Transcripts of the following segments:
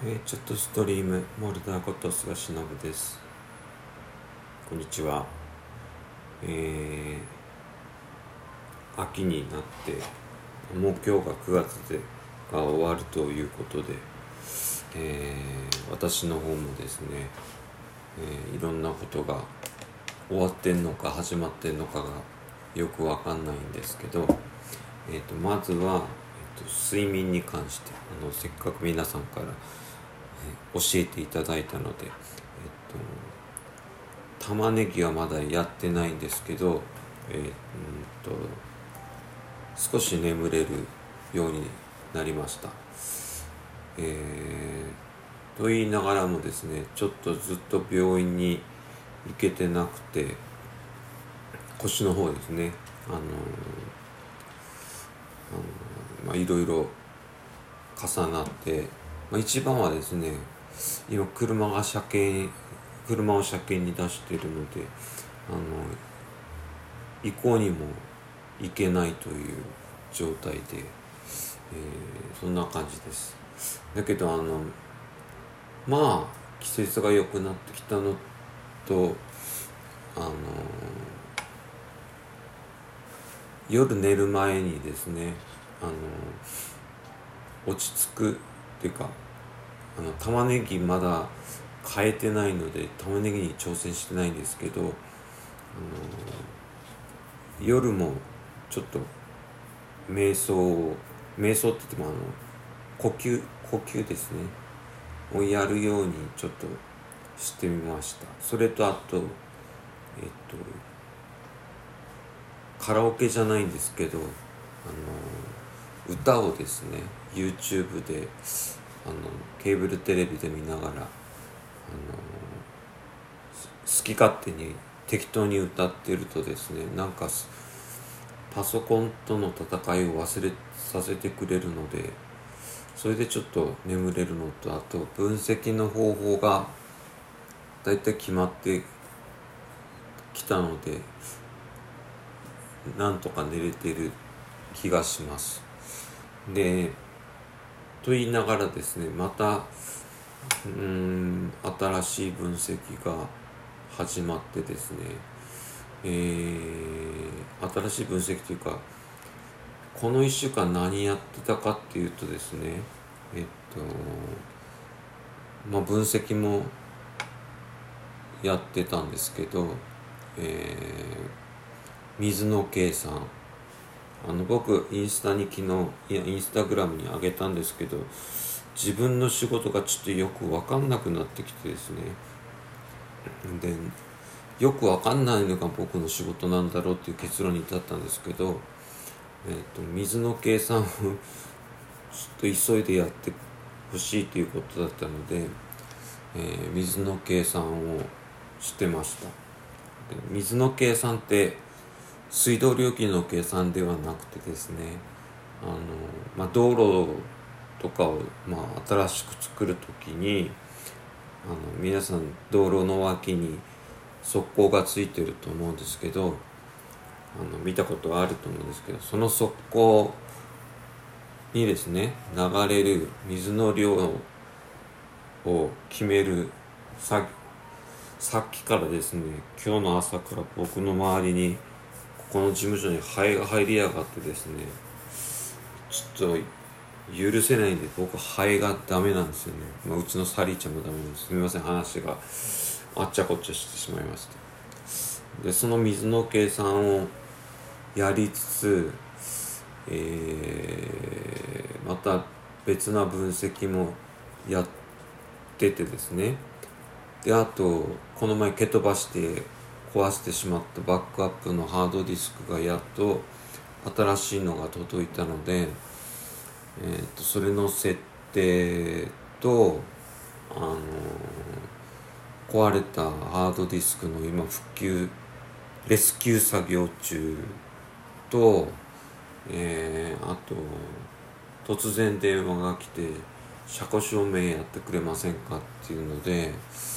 ちょっとストリームモルダーこと菅忍です。こんにちは。秋になってもう今日が9月が終わるということで、私の方もですね、いろんなことが終わってんのか始まってんのかがよくわかんないんですけど、まずは、睡眠に関してせっかく皆さんから教えていただいたので、玉ねぎはまだやってないんですけど、少し眠れるようになりました。と言いながらもですね、ちょっとずっと病院に行けてなくて、腰の方ですね、いろいろ重なって、一番はですね、今車を車検に出しているので、移行にも行けないという状態で、そんな感じです。だけど季節が良くなってきたのと、夜寝る前にですね、落ち着くっていうか、玉ねぎまだ変えてないので玉ねぎに挑戦してないんですけど、夜もちょっと瞑想って言っても呼吸ですねをやるようにちょっとしてみました。それとあとカラオケじゃないんですけど、歌をですね YouTube でケーブルテレビで見ながら好き勝手に適当に歌ってるとですね、なんかパソコンとの戦いを忘れさせてくれるので、それでちょっと眠れるのと、あと分析の方法がだいたい決まってきたので、なんとか寝れてる気がします。でと言いながらですね、また新しい分析が始まってですね、新しい分析というか、この1週間何やってたかっていうとですね、分析もやってたんですけど、水の計算、僕インスタグラムに上げたんですけど、自分の仕事がちょっとよく分かんなくなってきてですね、でよく分かんないのが僕の仕事なんだろうっていう結論に至ったんですけど、水の計算をちょっと急いでやってほしいということだったので、水の計算をしてました。水の計算って水道料金の計算ではなくてですね、道路とかを、新しく作るときに皆さん道路の脇に側溝がついてると思うんですけど、見たことはあると思うんですけど、その側溝にですね流れる水の量を決めるさっきからですね、今日の朝から僕の周りにこの事務所にハエが入りやがってですね、ちょっと許せないんで、僕ハエがダメなんですよね。うちのサリーちゃんもダメなんです。すみません、話があっちゃこっちゃしてしまいました。でその水の計算をやりつつ、また別な分析もやっててですね、であとこの前蹴飛ばして壊してしまったバックアップのハードディスクがやっと新しいのが届いたので、それの設定と壊れたハードディスクの今レスキュー作業中と、あと突然電話が来て車庫証明やってくれませんかっていうので、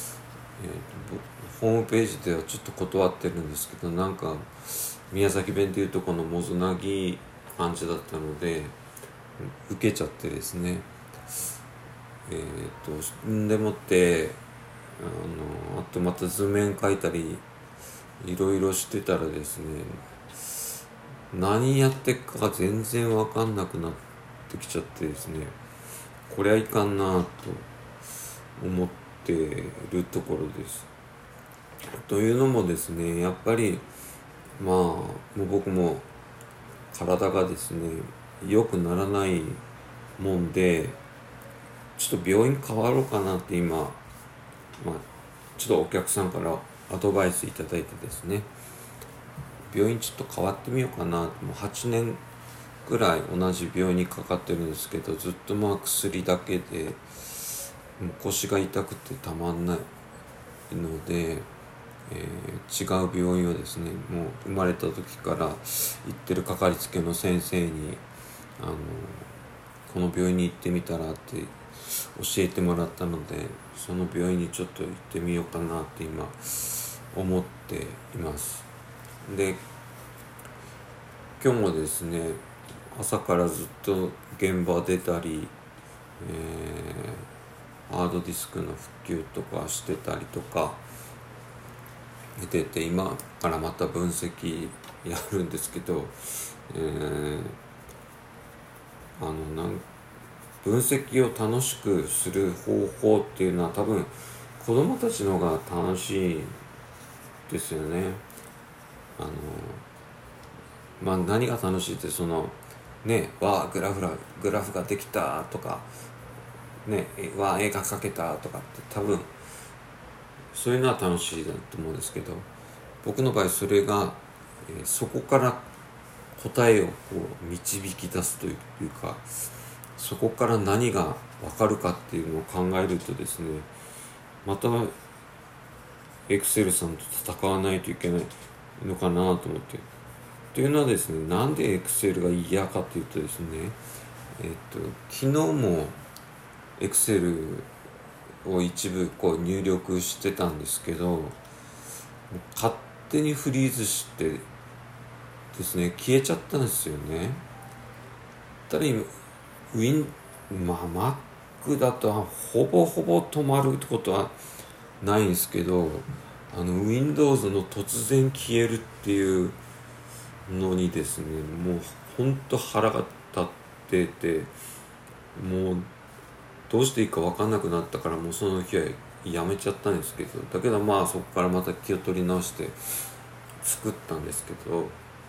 ホームページではちょっと断ってるんですけど、なんか宮崎弁でいうとこのもずなぎ感じだったので受けちゃってですね、 でもってあとまた図面描いたりいろいろしてたらですね、何やってっかが全然わかんなくなってきちゃってですね、これはいかんなと思ってるところです。というのもですね、やっぱりもう僕も体がですね良くならないもんで、ちょっと病院変わろうかなって今、ちょっとお客さんからアドバイスいただいてですね、病院ちょっと変わってみようかな。もう8年ぐらい同じ病院にかかってるんですけど、ずっと薬だけでもう腰が痛くてたまんないので、違う病院をですね、もう生まれた時から行ってるかかりつけの先生にこの病院に行ってみたらって教えてもらったので、その病院にちょっと行ってみようかなって今思っています。で、今日もですね、朝からずっと現場出たり、ハードディスクの復旧とかしてたりとか出て、今からまた分析やるんですけど、分析を楽しくする方法っていうのは多分子供たちの方が楽しいですよね。何が楽しいって、グラフができたとかね、映画描けたとかって多分そういうのは楽しいだと思うんですけど、僕の場合それが、そこから答えを導き出すというか、そこから何が分かるかっていうのを考えるとですね、またエクセルさんと戦わないといけないのかなと思って。というのはですね、なんでエクセルが嫌かというとですね、昨日もエクセルを一部入力してたんですけど、勝手にフリーズしてですね、消えちゃったんですよね。ただ今Mac だとほぼほぼ止まるってことはないんですけど、Windows の突然消えるっていうのにですね、もうほんと腹が立ってて、もうどうしていいか分かんなくなったから、もうその日はやめちゃったんですけど、だけどそこからまた気を取り直して作ったんですけど、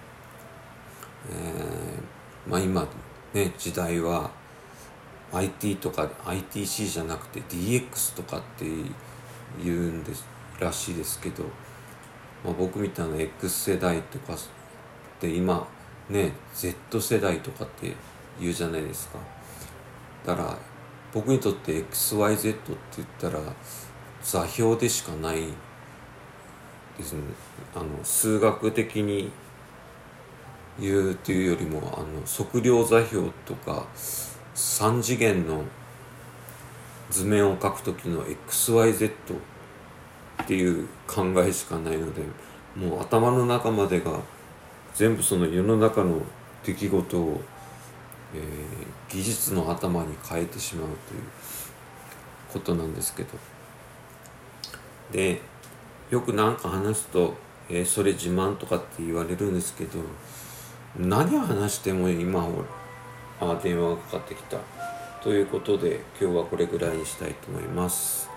今ね、時代は IT とか ITC じゃなくて DX とかって言うんですらしいですけど、僕みたいな X 世代とかって今ね Z 世代とかって言うじゃないですか。だから僕にとって XYZ って言ったら座標でしかないですね。数学的に言うっていうよりも測量座標とか3次元の図面を描く時の XYZ っていう考えしかないので、もう頭の中までが全部その世の中の出来事を、技術の頭に変えてしまうということなんですけど、でよくなんか話すと、それ自慢とかって言われるんですけど、何を話しても今電話がかかってきたということで、今日はこれぐらいにしたいと思います。